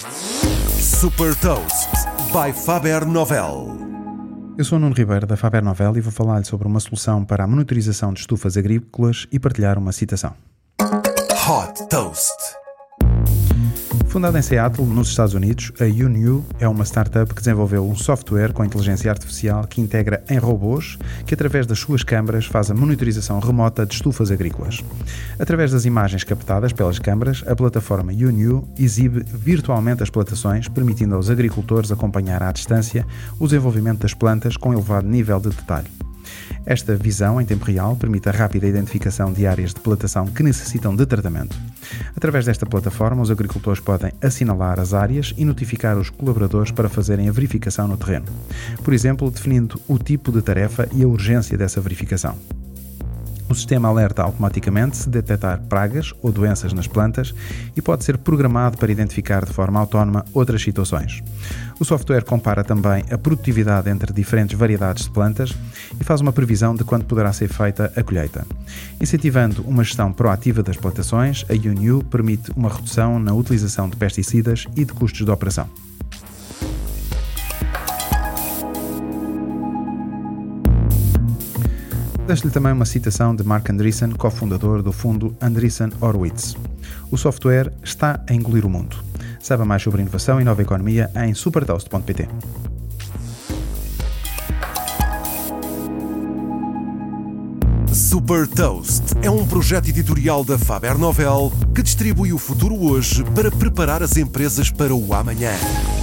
Super Toast by Faber Novel. Eu sou o Nuno Ribeiro da Faber Novel e vou falar-lhe sobre uma solução para a monitorização de estufas agrícolas e partilhar uma citação. Hot Toast. Fundada em Seattle, nos Estados Unidos, a YouKnew é uma startup que desenvolveu um software com inteligência artificial que integra em robôs que, através das suas câmaras, faz a monitorização remota de estufas agrícolas. Através das imagens captadas pelas câmaras, a plataforma YouKnew exibe virtualmente as plantações, permitindo aos agricultores acompanhar à distância o desenvolvimento das plantas com elevado nível de detalhe. Esta visão em tempo real permite a rápida identificação de áreas de plantação que necessitam de tratamento. Através desta plataforma, os agricultores podem assinalar as áreas e notificar os colaboradores para fazerem a verificação no terreno. Por exemplo, definindo o tipo de tarefa e a urgência dessa verificação. O sistema alerta automaticamente se detectar pragas ou doenças nas plantas e pode ser programado para identificar de forma autónoma outras situações. O software compara também a produtividade entre diferentes variedades de plantas e faz uma previsão de quando poderá ser feita a colheita. Incentivando uma gestão proativa das plantações, a YouKnew permite uma redução na utilização de pesticidas e de custos de operação. Deixo-lhe também uma citação de Marc Andreessen, cofundador do fundo Andreessen Horowitz. O software está a engolir o mundo. Saiba mais sobre inovação e nova economia em supertoast.pt. Super Toast é um projeto editorial da Faber Novel que distribui o futuro hoje para preparar as empresas para o amanhã.